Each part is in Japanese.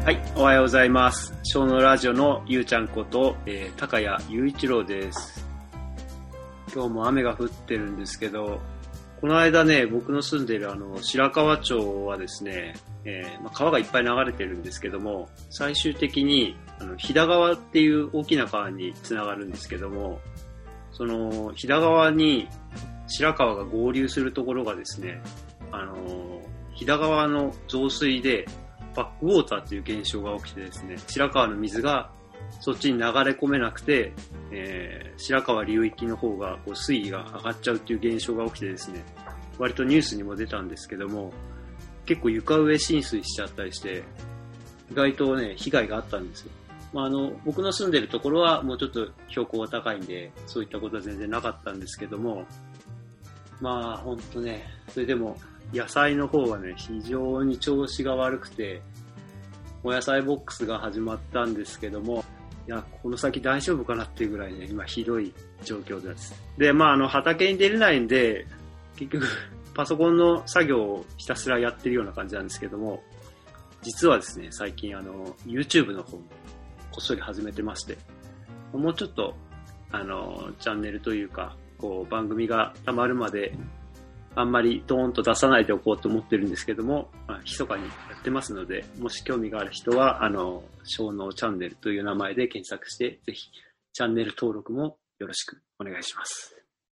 はい、おはようございます。小のラジオのゆうちゃんこと、高谷雄一郎です。今日も雨が降ってるんですけど、この間ね、僕の住んでいる白川町はですね、川がいっぱい流れてるんですけども、最終的に飛騨川っていう大きな川につながるんですけども、その飛騨川に白川が合流するところがですね、飛騨川の増水でバックウォーターという現象が起きてですね、白川の水がそっちに流れ込めなくて、白川流域の方が水位が上がっちゃうっていう現象が起きてですね、割とニュースにも出たんですけども、結構床上浸水しちゃったりして、意外とね、被害があったんですよ。僕の住んでるところはもうちょっと標高が高いんで、そういったことは全然なかったんですけども、ほんとね、それでも野菜の方はね、非常に調子が悪くて、お野菜ボックスが始まったんですけども、いや、この先大丈夫かなっていうぐらいね、今ひどい状況です。で、畑に出れないんで、結局、パソコンの作業をひたすらやってるような感じなんですけども、実はですね、最近YouTube の方もこっそり始めてまして、もうちょっと、チャンネルというか、番組が溜まるまで、あんまりドーンと出さないでおこうと思ってるんですけども、密かにやってますので、もし興味がある人は、小脳チャンネルという名前で検索して、ぜひ、チャンネル登録もよろしくお願いします。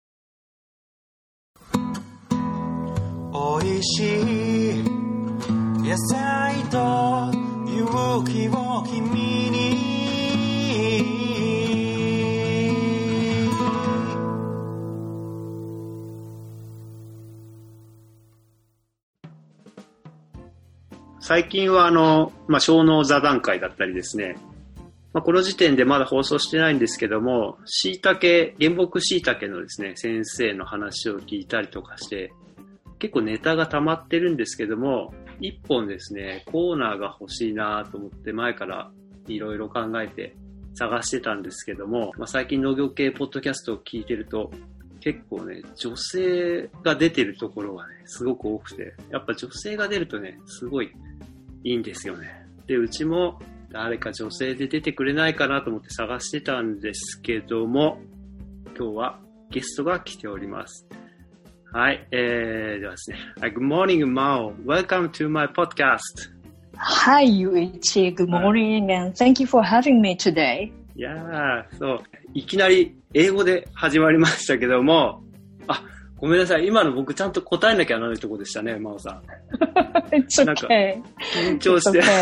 美味しい野菜と勇気を君に最近は小脳座談会だったりですね、この時点でまだ放送してないんですけども、原木椎茸のですね、先生の話を聞いたりとかして、結構ネタが溜まってるんですけども、一本ですね、コーナーが欲しいなと思って前からいろいろ考えて探してたんですけども、最近農業系ポッドキャストを聞いてると、結構ね、女性が出てるところがね、すごく多くて、やっぱ女性が出るとね、すごいいいんですよね。で、うちも誰か女性で出てくれないかなと思って探してたんですけども、今日はゲストが来ております。はい、ではですね。Good morning, Mao. Welcome to my podcast. Hi, Yuichi. Good morning, and thank you for having me today. いやー、そう。いきなり英語で始まりましたけども、ごめんなさい。今の僕ちゃんと答えなきゃならないところでしたね、真央さん。 It's okay. なんか緊張して。 It's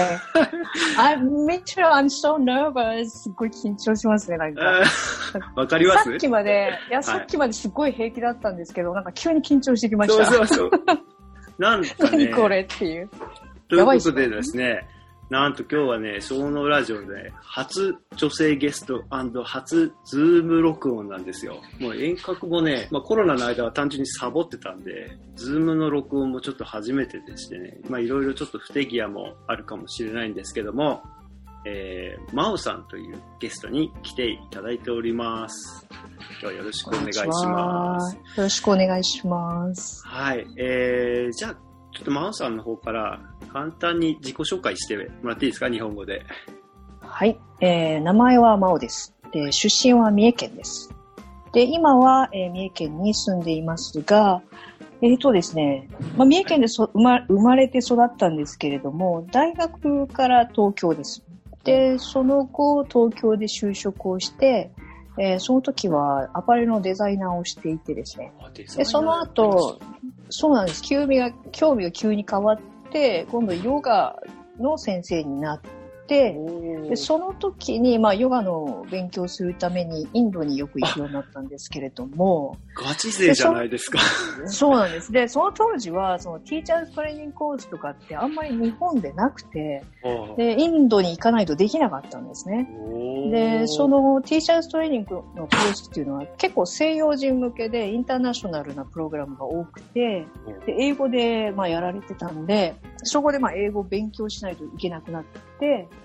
okay. Me too. I'm so nervous. すっごい緊張しますね、なんか。 わかります？ さっきまですっごい平気だったんですけど、なんか急に緊張してきました。 そう。なんかね。 何これっていう。 ということでですね、なんと今日はね、小脳ラジオで初女性ゲスト&初ズーム録音なんですよ。もう遠隔もね、コロナの間は単純にサボってたんで、ズームの録音もちょっと初めてでしてね、いろいろちょっと不手際もあるかもしれないんですけども、真央さんというゲストに来ていただいております。今日はよろしくお願いします。 よろしくお願いします。 はい、じゃあ、ちょっと真央さんの方から簡単に自己紹介してもらっていいですか、日本語で。 はい、名前は真央です。で、出身は三重県です。で、今は、三重県に住んでいますが、ですね、三重県で生まれて育ったんですけれども、大学から東京です。で、その後、東京で就職をして、その時はアパレルのデザイナーをしていてですね。で、その後、そうなんです。興味が急に変わって、今度ヨガの先生になって、でその時に、ヨガの勉強するためにインドによく行くようになったんですけれども。 ガチ勢じゃないですか。 そうなんです。で、その当時は、ティーチャーズトレーニングコースとかってあんまり日本でなくて、で、インドに行かないとできなかったんですね。で、そのティーチャーズトレーニングのコースっていうのは結構西洋人向けでインターナショナルなプログラムが多くて、で、英語で、やられてたんで、そこで英語を勉強しないといけなくなって、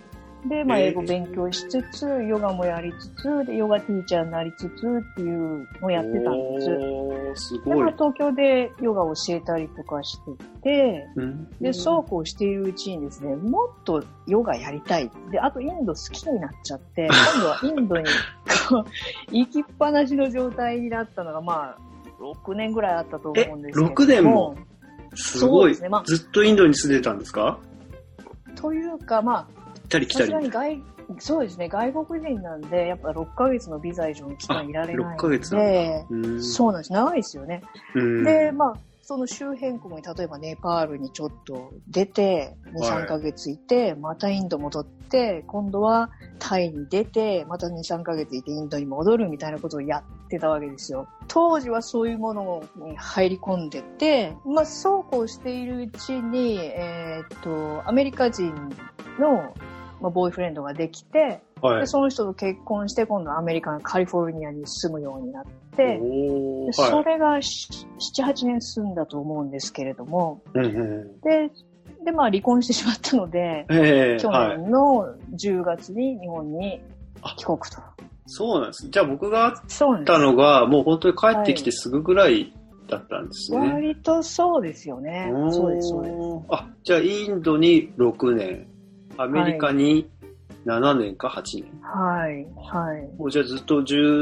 で、まあ、英語勉強しつつ、ヨガもやりつつ、で、ヨガティーチャーになりつつっていうのをやってたんです。 すで、まあ、 ごい。 東京でヨガを教えたりとかしてて、で、そうこうしているうちにですね、もっとヨガやりたい。で、あとインド好きになっちゃって、今度はインドにこう行きっぱなしの状態になったのが、まあ、6年ぐらいあったと思うんですけども。 6年もすごい、 ですね、まあ。 ずっとインドに住んでたんですか？ というか、まあ、 行ったり来たり。 そうですね、外国人なんで、やっぱ6ヶ月のビザ以上の期間いられないので、 6ヶ月なんだ。 そうなんです、長いですよね。で、まあ、その周辺国に、例えばネパールにちょっと出て、2、3ヶ月いて、またインド戻って、今度はタイに出て、また2、3ヶ月いてインドに戻るみたいなことをやってたわけですよ。当時はそういうものに入り込んでて、まあ、そうこうしているうちに、アメリカ人の、まあ、ボーイフレンドができて、 はい、 でその人と結婚して、今度アメリカのカリフォルニアに住むようになって、 でそれが7、8年住んだと思うんですけれども、で、まあ離婚してしまったので、去年の10月に日本に帰国と。 そうなんです。じゃあ僕が会ったのが、もう本当に帰ってきてすぐぐらいだったんですね。 割とそうですよね。そうです、そうです。 あ、じゃあインドに6年、アメリカに7年か8年。 はい、はい。 もうじゃあずっと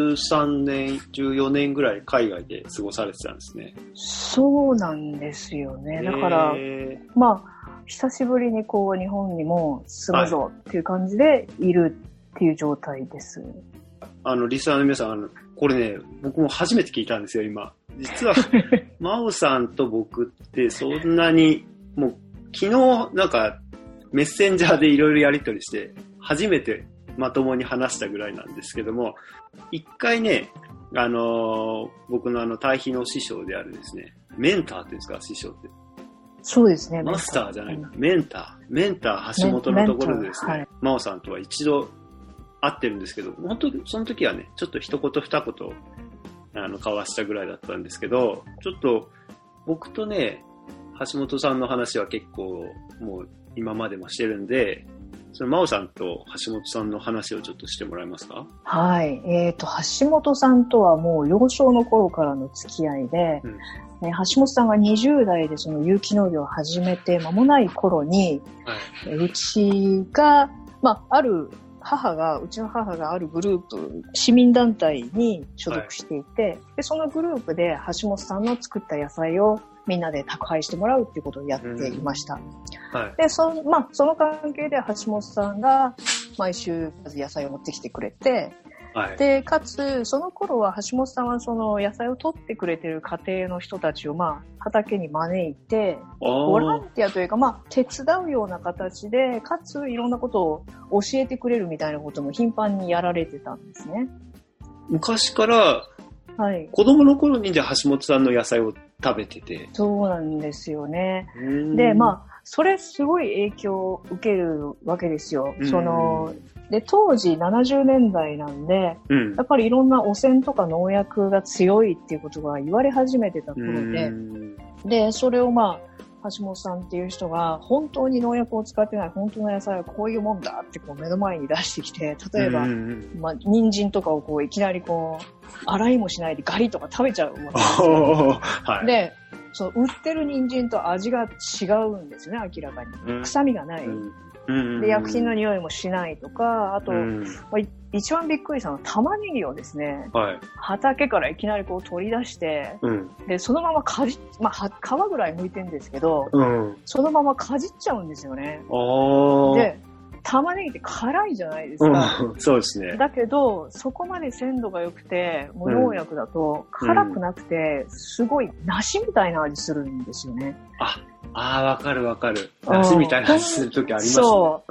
13年、14年ぐらい海外で過ごされてたんですね。 そうなんですよね。だから、まあ、久しぶりにこう日本にも住むぞっていう感じでいるっていう状態です。 リスナーの皆さん、これね、僕も初めて聞いたんですよ、今。実は、真央さんと僕ってそんなに、もう昨日なんかメッセンジャーでいろいろやり取りして、初めてまともに話したぐらいなんですけども、一回ね、僕の対比の師匠であるですね、メンターっていうんですか、師匠って。 そうですね。 マスターじゃないな、メンター橋本のところでですね、真央さんとは一度会ってるんですけど、本当その時はね、ちょっと一言二言、交わしたぐらいだったんですけど、ちょっと僕とね、橋本さんの話は結構もう今までもしてるんで、その真央さんと橋本さんの話をちょっとしてもらえますか？ はい。橋本さんとはもう幼少の頃からの付き合いで、橋本さんが20代でその有機農業を始めて間もない頃に、うちが、まあ、うちの母があるグループ、市民団体に所属していて、で、そのグループで橋本さんの作った野菜をみんなで宅配してもらうっていうことをやっていました。で、その関係で橋本さんが毎週野菜を持ってきてくれて、で、かつ、その頃は橋本さんはその野菜を取ってくれてる家庭の人たちを畑に招いて、ボランティアというか手伝うような形で、かついろんなことを教えてくれるみたいなことも頻繁にやられてたんですね。 昔から、子供の頃にじゃあ橋本さんの野菜を食べてて。 そうなんですよね。で、それすごい影響を受けるわけですよ。で、当時70年代なんで、やっぱりいろんな汚染とか農薬が強いっていうことが言われ始めてた頃で、で、それを橋本さんっていう人が本当に農薬を使ってない本当の野菜はこういうもんだってこう目の前に出してきて、例えば、人参とかをこういきなりこう、洗いもしないでガリとか食べちゃうわけですよ。で、売ってる人参と味が違うんですね、明らかに。臭みがない。で、薬品の匂いもしないとか、あと、一番びっくりしたのは玉ねぎをですね、畑からいきなりこう取り出して、で、そのまま皮ぐらい剥いてるんですけど、そのままかじっちゃうんですよね。で、玉ねぎって辛いじゃないですか。 そうですね。 だけど、そこまで鮮度が良くて、無農薬だと辛くなくて、すごい梨みたいな味するんですよね。 わかるわかる。梨みたいな味するときありますね。そう。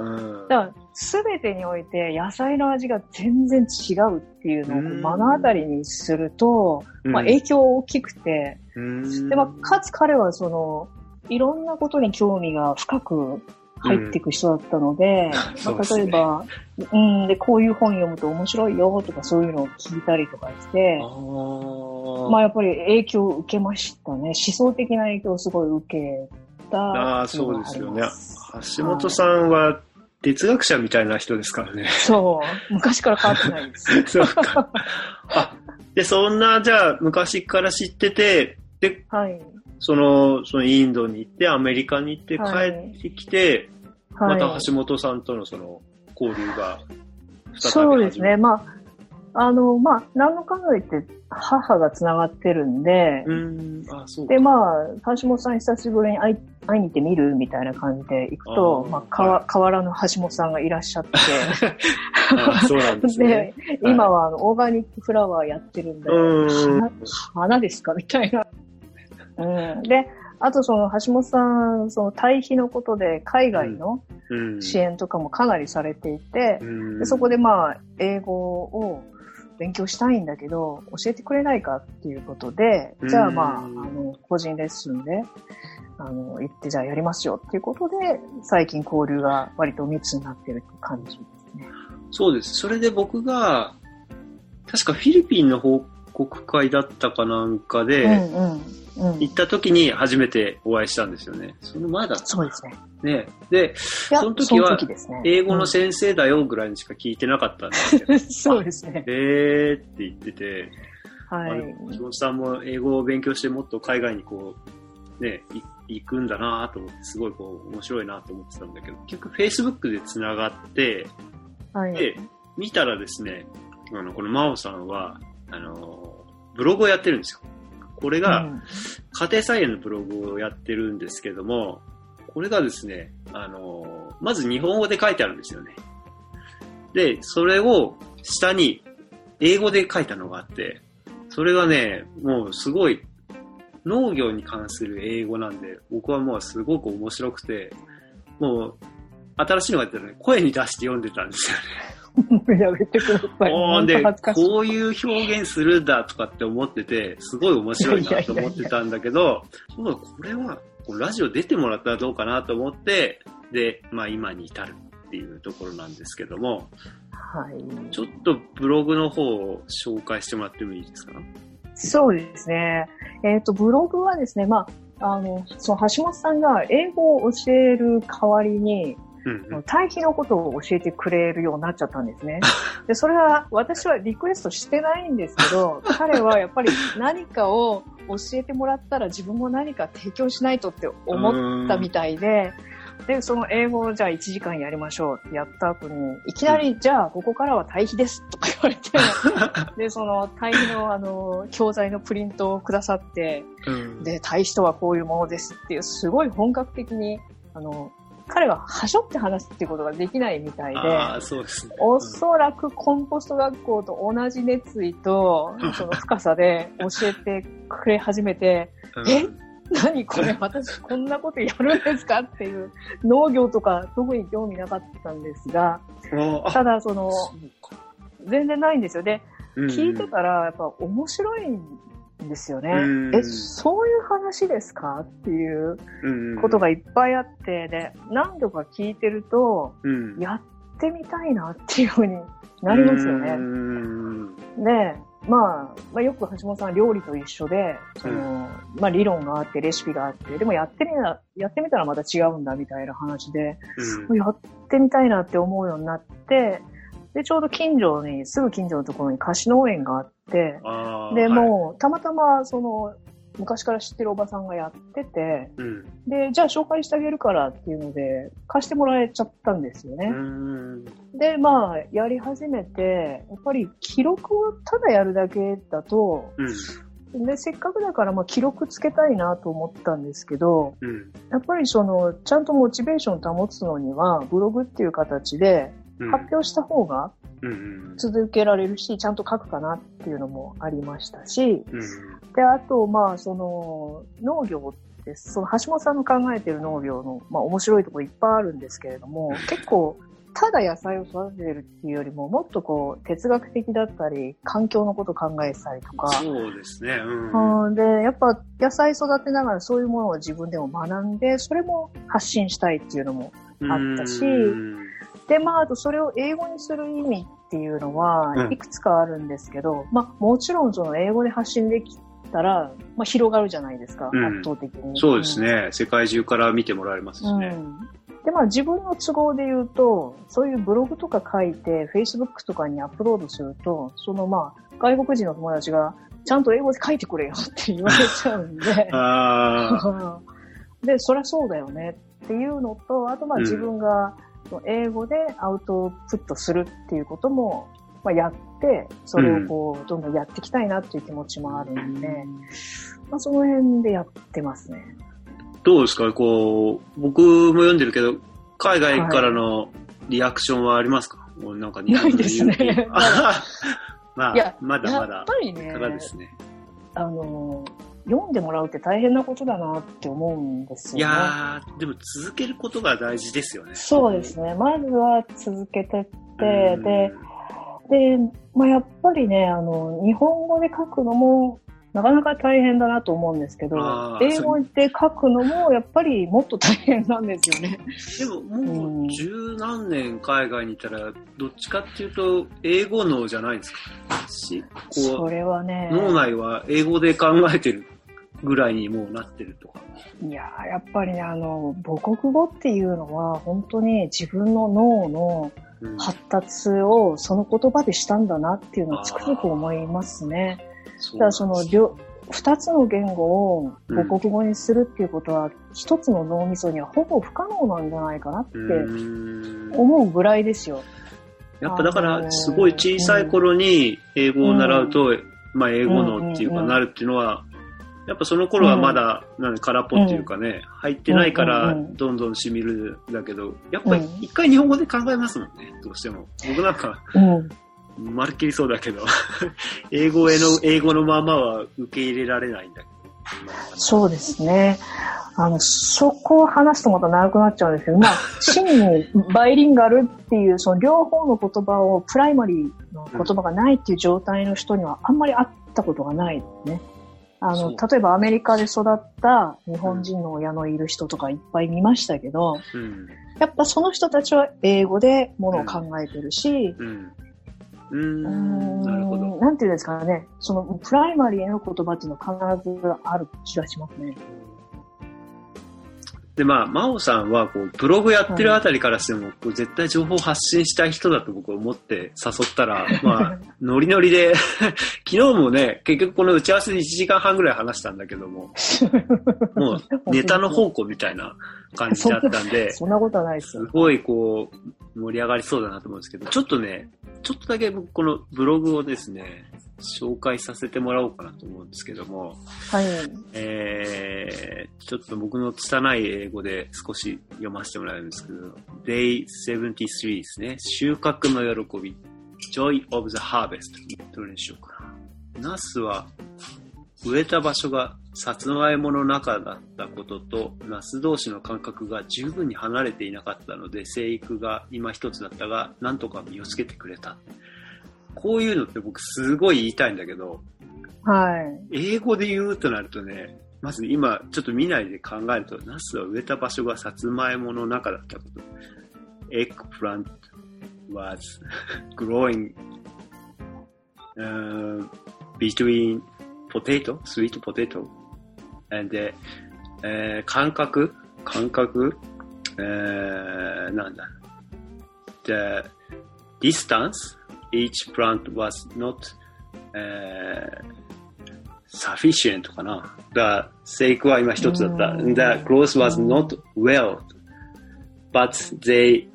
だから、すべてにおいて野菜の味が全然違うっていうのを目の当たりにすると、影響大きくて、で、かつ彼はいろんなことに興味が深く入っていく人だったので、例えば、で、こういう本読むと面白いよとかそういうのを聞いたりとかして、やっぱり影響を受けましたね。思想的な影響をすごい受けた。 そうですよね。橋本さんは哲学者みたいな人ですからね。 そう。昔から変わってないです。 そうか。で、そんな、じゃあ、昔から知ってて、で、 はい。 そのインドに行って、アメリカに行って帰ってきて、 はい、 また橋本さんとのその交流が再び始めた。 そうですね。まあ、何のかんの言って母が繋がってるんで、 そうで、まあ、橋本さん久しぶりに会いに行ってみるみたいな感じで行くと、まあ、河原の橋本さんがいらっしゃって、 そうなんですね。 で、今はオーガニックフラワーやってるんで、花ですかみたいな。で、あとその橋本さん、その対比のことで海外の支援とかもかなりされていて、でそこでまあ、英語を勉強したいんだけど、教えてくれないかっていうことで、じゃあまあ、個人レッスンで、行ってじゃあやりますよっていうことで、最近交流が割と密になってるっていう感じですね。 そうです。それで僕が、確かフィリピンの報告会だったかなんかで、行った時に初めてお会いしたんですよね。その前だった。 そうですね。 ね。で、その時は、英語の先生だよぐらいにしか聞いてなかったんですけど。 そうですね。 って言ってて、 はい。 橋本さんも英語を勉強してもっと海外にこう、ね、行くんだなと思って、すごいこう、面白いなと思ってたんだけど、結局 Facebook で繋がって、 はい。 で、見たらですね、この真央さんは、ブログをやってるんですよ。これが、家庭菜園のブログをやってるんですけども、これがですね、まず日本語で書いてあるんですよね。で、それを下に英語で書いたのがあって、それがね、もうすごい農業に関する英語なんで、僕はもうすごく面白くて、もう新しいのが出たらね、声に出して読んでたんですよね。 やめてください。 で、こういう表現するんだとかって思ってて、すごい面白いなと思ってたんだけど、そうだ、これはラジオ出てもらったらどうかなと思って、で、まあ今に至るっていうところなんですけども、 はい。 ちょっとブログの方を紹介してもらってもいいですか？ そうですね。ブログはですね、まあ、その橋本さんが英語を教える代わりに、対比のことを教えてくれるようになっちゃったんですね。で、それは私はリクエストしてないんですけど、彼はやっぱり何かを教えてもらったら自分も何か提供しないとって思ったみたいで、で、その英語をじゃあ1時間やりましょうってやった後に、いきなり、じゃあここからは対比ですとか言われて、で、その対比の教材のプリントをくださって、で、対比とはこういうものですっていう、すごい本格的に、彼ははしょって話すっていうことができないみたいで、 そうですね。 おそらくコンポスト学校と同じ熱意と、その深さで教えてくれ始めて、何これ私こんなことやるんですかっていう、農業とか特に興味なかったんですが、ただ全然ないんですよ。で、聞いてたらやっぱ面白いんですよね。そういう話ですかっていうことがいっぱいあって、で、何度か聞いてると、やってみたいなっていうふうになりますよね。で、まあ、よく橋本さん料理と一緒で、まあ理論があってレシピがあって、でもやってみたらまた違うんだみたいな話で、やってみたいなって思うようになって、で、ちょうどすぐ近所のところに菓子農園があって、で、もう、たまたま、昔から知ってるおばさんがやってて、で、じゃあ紹介してあげるからっていうので、貸してもらえちゃったんですよね。で、まあ、やり始めて、やっぱり記録をただやるだけだと、で、せっかくだから、まあ、記録つけたいなと思ったんですけど、やっぱりちゃんとモチベーションを保つのには、ブログっていう形で、発表した方が続けられるし、ちゃんと書くかなっていうのもありましたし、で、あと、まあ、農業って、橋本さんの考えている農業の、まあ、面白いところいっぱいあるんですけれども、結構、ただ野菜を育ててるっていうよりも、もっと哲学的だったり、環境のことを考えてたりとか。 そうですね。 で、やっぱ野菜育てながらそういうものを自分でも学んで、それも発信したいっていうのもあったし、で、まあ、あとそれを英語にする意味っていうのは、いくつかあるんですけど、まあ、もちろん英語で発信できたら、まあ、広がるじゃないですか、圧倒的に。 そうですね。世界中から見てもらえますしね。 で、まあ自分の都合で言うと、そういうブログとか書いて、Facebook とかにアップロードすると、そのまあ、外国人の友達が、ちゃんと英語で書いてくれよって言われちゃうんで、で、そりゃそうだよねっていうのと、あとまあ自分が英語でアウトプットするっていうことも、まあ、やって、それをこう、どんどんやっていきたいなっていう気持ちもあるんで、まあその辺でやってますね。 どうですかこう、僕も読んでるけど、海外からのリアクションはありますか？なんか日本ないですね。 まあ、 いや、 まだまだ。 やっぱりね、 いかがですね。 読んでもらうって大変なことだなって思うんですよね。 いやー、でも続けることが大事ですよね。 そうですね。まずは続けてって、で、まあ、やっぱりね、日本語で書くのも、なかなか大変だなと思うんですけど、英語で書くのもやっぱりもっと大変なんですよね。 でももう十何年海外にいたら、どっちかっていうと英語脳じゃないですか。 それはね、 脳内は英語で考えてるぐらいにもうなってるとか。 いやー、やっぱりね、母国語っていうのは本当に自分の脳の発達をその言葉でしたんだなっていうのをつくづく思いますね。だからその二つの言語を母国語にするっていうことは、一つの脳みそにはほぼ不可能なんじゃないかなって思うぐらいですよ。 やっぱだからすごい小さい頃に英語を習うと、まあ英語脳っていうかなるっていうのは、やっぱその頃はまだ空っぽっていうかね、入ってないからどんどん染みるんだけど、やっぱり一回日本語で考えますもんね、どうしても。僕なんか、まるっきりそうだけど英語のままは受け入れられないんだけど。 そうですね。そこを話すとまた長くなっちゃうんですけど、まあ、真にバイリンガルっていう、その両方の言葉を、プライマリーの言葉がないっていう状態の人にはあんまり会ったことがないね。例えばアメリカで育った日本人の親のいる人とかいっぱい見ましたけど、やっぱその人たちは英語でものを考えてるし、 なるほど。 なんていうんですかね、そのプライマリーの言葉っていうのは必ずある気がしますね。 で、まあ、真央さんはこうブログやってるあたりからしても、こう絶対情報発信したい人だと僕は思って誘ったら、まあ、ノリノリで昨日もね、結局この打ち合わせで1時間半ぐらい話したんだけども、もうネタの宝庫みたいな感じだったんで、 そんなことはないですよ。 すごいこう、盛り上がりそうだなと思うんですけど、ちょっとだけ僕このブログをですね、紹介させてもらおうかなと思うんですけども、 はい。 ちょっと僕の拙い英語で少し読ませてもらうんですけど、Day 73ですね。収穫の喜び。Joy of the Harvest。どれにしようかな。ナスは植えた場所がさつまいもの中だったことと、ナス同士の間隔が十分に離れていなかったので、生育が今一つだったが、なんとか実をつけてくれた。こういうのって僕すごい言いたいんだけど、 はい。 英語で言うとなるとね、まず今ちょっと見ないで考えると、ナスは植えた場所がさつまいもの中だったこと。Eggplant was growing between potato, sweet potato, and 間隔、なんだ。The distance each plant was not sufficient かな。生育は今一つだった。The growth was not well, but they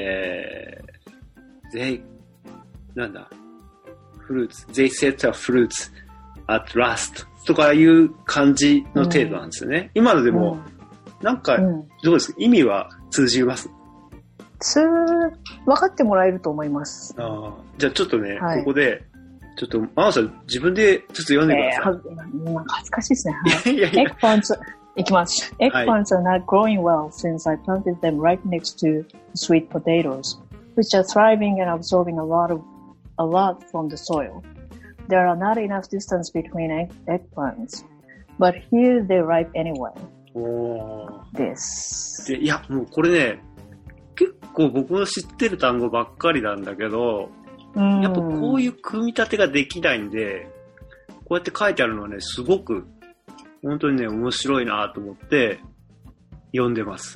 なんだ。fruits, they set a fruits at last とかいう感じの程度なんですよね。今のでも、なんか、どうですか？意味は通じます？ 分かってもらえると思います。 じゃあちょっとね、ここで、ちょっと、マオさん自分でちょっと読んでください。 なんか恥ずかしいですね。Eggplants, いきます。Eggplants are not growing well since I planted them right next to sweet potatoes, which are thriving and absorbing a lot from the soil. There are not enough distance between eggplants, but here they ripe anyway. です。 いや、もうこれね、結構僕の知ってる単語ばっかりなんだけど、やっぱこういう組み立てができないんで、こうやって書いてあるのはね、すごく本当にね、面白いなと思って読んでます。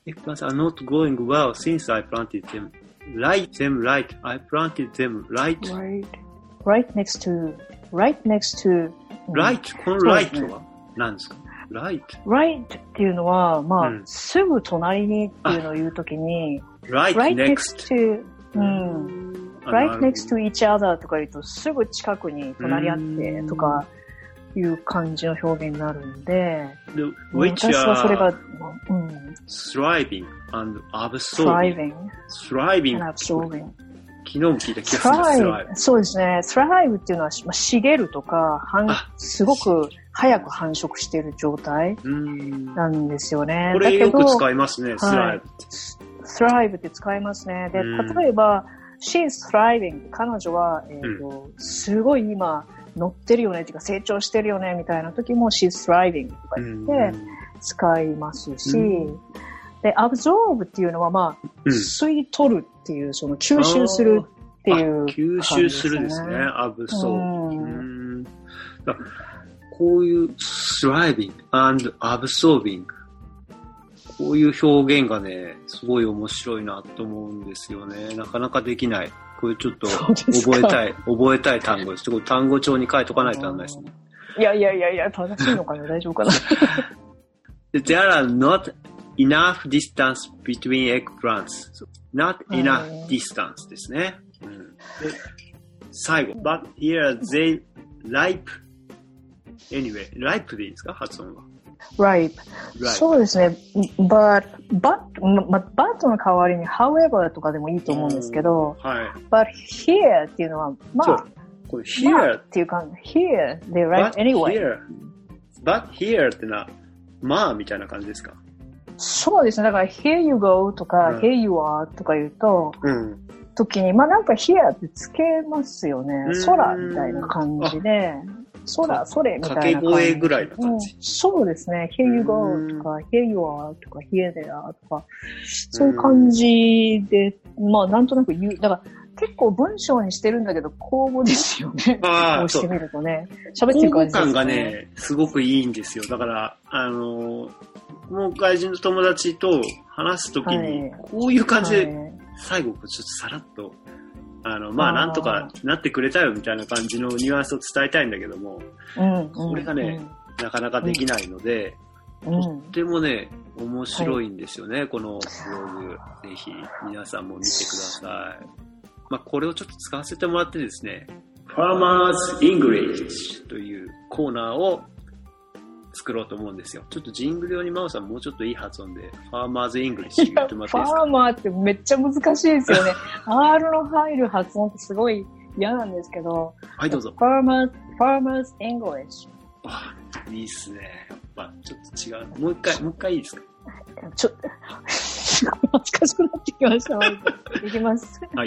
eggplants are not growing well since I planted them. Light them right. I planted them right. Right next to, Right? このライトは何ですか？ライト。 Right っていうのは、まあ、すぐ隣にっていうのを言うときに、 Right next to, right next to each other とか言うと、すぐ近くに隣り合ってとかいう感じの表現になるんで、 which 私はそれが、 thriving and absorbing. thriving and absorbing. 昨日も聞いた気がする。 thrive。そうですね。thrive っていうのは、まあ、茂るとか、すごく早く繁殖している状態なんですよね。 これよく使いますね、 thrive って。thrive って使いますね。で、例えば、she's thriving。彼女は、すごい今、乗ってるよねっていうか、成長してるよねみたいな時も she's thriving とか言って使いますし、で、absorb っていうのは、まあ、吸い取るっていう、その吸収するっていう感じですね。吸収するですね、 absorb。こういう thriving and absorbing。こういう表現がね、すごい面白いなと思うんですよね。なかなかできない。これちょっと覚えたい単語です。これ単語帳に書いとかないとなんないですね。 いや、正しいのかな大丈夫かな There are not enough distance between eggplants. Not enough distance ですね。最後。But here they ripe. Anyway, ripe でいいですか発音は。 ripe. そうですね。but の代わりに however とかでもいいと思うんですけど、but here っていうのは、まあ、 これ here っていうか、here, they ripe anyway. But here ってのは、まあみたいな感じですか？ そうですね。だから here you go とか、here you are とか言うと、時に、まあなんか here ってつけますよね。空みたいな感じで。それみたいな感じ。 掛け声ぐらいの感じ。 そうですね。Here you go とか、Here you are とか、Here they are とか、そういう感じで、まあなんとなく言う。だから結構文章にしてるんだけど、口語ですよね。こうしてみるとね。喋ってる感じですね。 口語感がね、すごくいいんですよ。だから、もう外人の友達と話すときに、こういう感じで、最後ちょっとさらっと、まあなんとかなってくれたよみたいな感じのニュアンスを伝えたいんだけども、これがね、なかなかできないので、とってもね、面白いんですよね、このブログ。ぜひ皆さんも見てください。まあこれをちょっと使わせてもらってですね、Farmers English というコーナーを作ろうと思うんですよ。ちょっとジングル用にマオさんもうちょっといい発音で、Farmers English 言ってもらっていいですか？ ファーマーってめっちゃ難しいですよね。R の入る発音ってすごい嫌なんですけど。 はい、どうぞ。 Farmers English。 あ、いいっすね。やっぱちょっと違う。もう一回いいですか？ ちょっと、すごい懐かしくなってきました。いきます。 はい。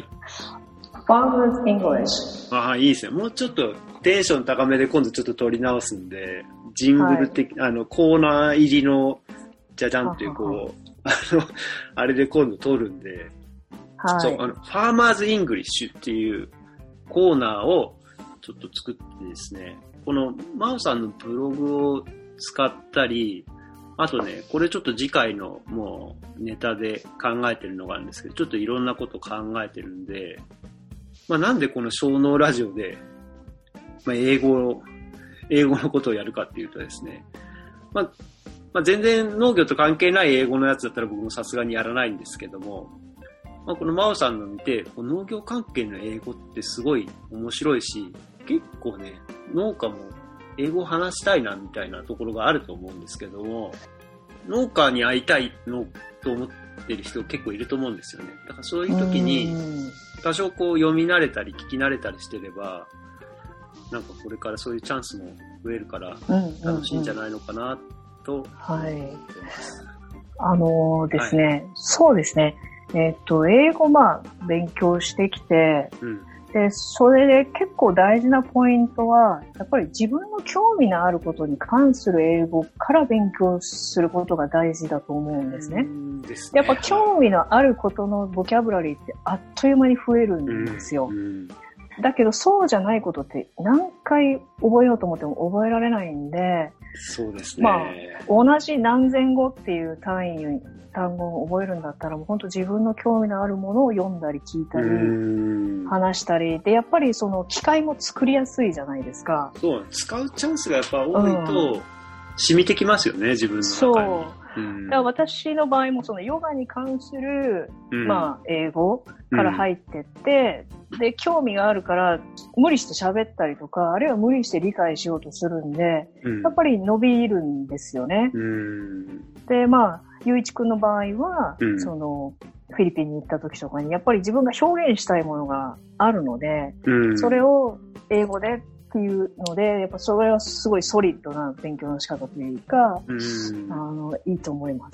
Farmers English。 あ、いいですね。もうちょっとテンション高めで今度ちょっと取り直すんで、ジングル的、コーナー入りの、じゃじゃんっていう、こう、あれで今度撮るんで、そう、Farmers English っていうコーナーをちょっと作ってですね、このマオさんのブログを使ったり、あとね、これちょっと次回のもうネタで考えてるのがあるんですけど、ちょっといろんなこと考えてるんで、まあなんでこの小脳ラジオで、まあ英語のことをやるかっていうとですね、まあ全然農業と関係ない英語のやつだったら僕もさすがにやらないんですけども、まあこのマオさんの見て、農業関係の英語ってすごい面白いし、結構ね、農家も英語を話したいなみたいなところがあると思うんですけども、農家に会いたいのと思ってる人結構いると思うんですよね。だからそういう時に多少こう読み慣れたり聞き慣れたりしてれば、なんかこれからそういうチャンスも増えるから楽しいんじゃないのかなと思ってます。 ですね、そうですね。英語勉強してきて、で、それで結構大事なポイントは、やっぱり自分の興味のあることに関する英語から勉強することが大事だと思うんですね。やっぱ興味のあることのボキャブラリーってあっという間に増えるんですよ。だけどそうじゃないことって何回覚えようと思っても覚えられないんで、 そうですね。 まあ、同じ何千語っていう単語を覚えるんだったら、もう本当自分の興味のあるものを読んだり聞いたり、話したり。で、やっぱりその機会も作りやすいじゃないですか。 そう、使うチャンスがやっぱ多いと、染みてきますよね、自分の中に。 そう。だから私の場合もそのヨガに関する、まあ、英語から入ってって、で、興味があるから無理して喋ったりとか、あるいは無理して理解しようとするんで、やっぱり伸びるんですよね。で、まあ、ゆういちくんの場合は、その、フィリピンに行った時とかに、やっぱり自分が表現したいものがあるので、それを英語でっていうので、やっぱそれはすごいソリッドな勉強の仕方というか、いいと思います。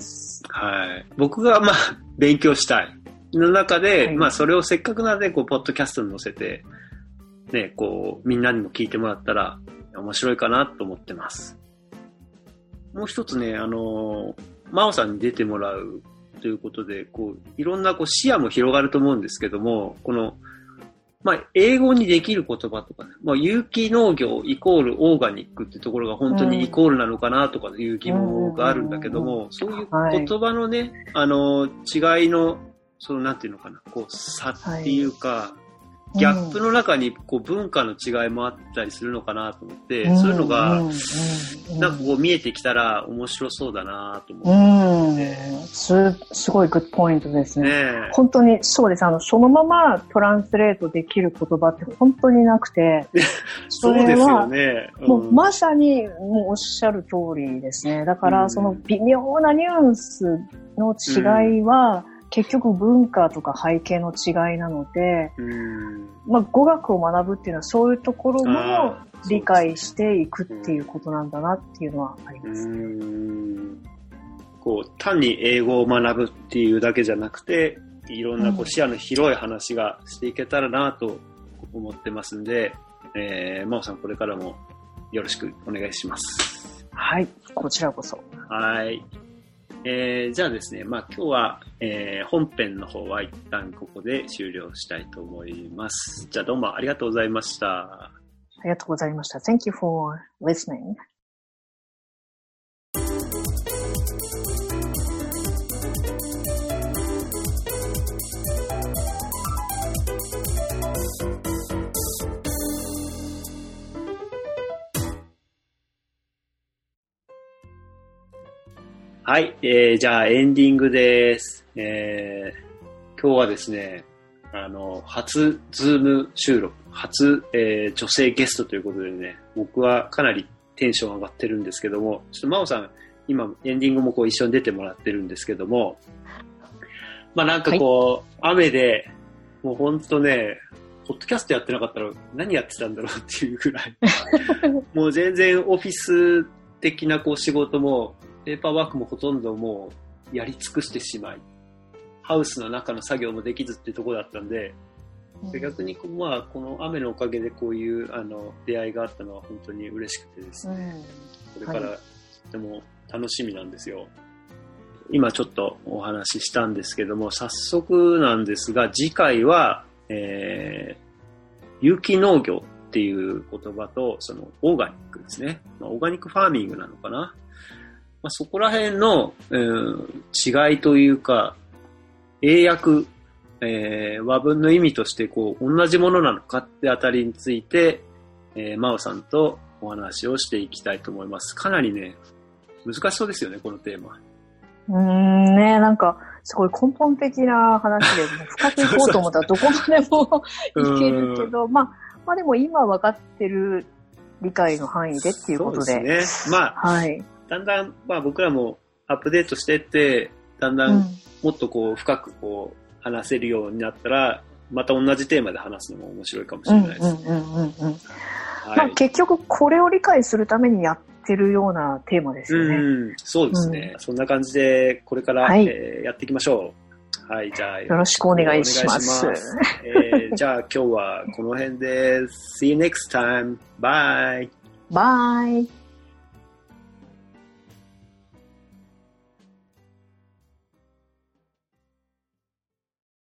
はい。僕がまあ、勉強したいの中で、まあ、それをせっかくなんで、こう、ポッドキャストに載せて、ね、こう、みんなにも聞いてもらったら、面白いかなと思ってます。もう一つね、真央さんに出てもらうということで、こう、いろんなこう視野も広がると思うんですけども、この、まあ、英語にできる言葉とかね、まあ、有機農業イコールオーガニックってところが本当にイコールなのかなとかいう疑問があるんだけども、そういう言葉のね、違いの、その、なんていうのかな、こう、差っていうか、ギャップの中にこう文化の違いもあったりするのかなと思って、そういうのがなんかこう見えてきたら面白そうだなと思って、 すごいグッドポイントですね。本当にそうです。そのままトランスレートできる言葉って本当になくて、 そうですよね。 もうまさにもうおっしゃる通りですね。だからその微妙なニュアンスの違いは、結局文化とか背景の違いなので、まあ、語学を学ぶっていうのはそういうところも理解していくっていうことなんだなっていうのはあります。 こう単に英語を学ぶっていうだけじゃなくて、いろんなこう視野の広い話がしていけたらなと思ってますんで、真央さんこれからもよろしくお願いします。 はい、こちらこそ。 はい。じゃあですね、まあ今日は、本編の方は一旦ここで終了したいと思います。じゃあどうもありがとうございました。 ありがとうございました。Thank you for listening. はい、じゃあエンディングです。今日はですね、初ズーム収録、初、女性ゲストということでね、僕はかなりテンション上がってるんですけども、ちょっと真央さん、今エンディングもこう一緒に出てもらってるんですけども、まあなんかこう、雨で、もうほんとね、ポッドキャストやってなかったら何やってたんだろうっていうぐらい、もう全然オフィス的なこう仕事も、ペーパーワークもほとんどもうやり尽くしてしまい、ハウスの中の作業もできずっていうところだったんで、逆にまあこの雨のおかげでこういう出会いがあったのは本当に嬉しくてですね、これからとても楽しみなんですよ。今ちょっとお話ししたんですけども、早速なんですが次回は、有機農業っていう言葉とそのオーガニックですね、まあ、オーガニックファーミングなのかな、まあ、そこら辺の、違いというか、英訳、和文の意味としてこう同じものなのかってあたりについて、真央さんとお話をしていきたいと思います。かなりね、難しそうですよね、このテーマ。 ね、なんか、すごい根本的な話で、深くいこうと思ったらどこまでもいけるけど、まあでも今分かってる理解の範囲でっていうことで。 そうですね。まあ、はい。だんだん、まあ僕らもアップデートしてって、だんだんもっとこう深くこう話せるようになったら、また同じテーマで話すのも面白いかもしれないです。 まあ結局これを理解するためにやってるようなテーマですよね。 そうですね。そんな感じでこれから、やっていきましょう。はい、じゃあよろしくお願いします。 じゃあ今日はこの辺で See you next time. Bye. Bye.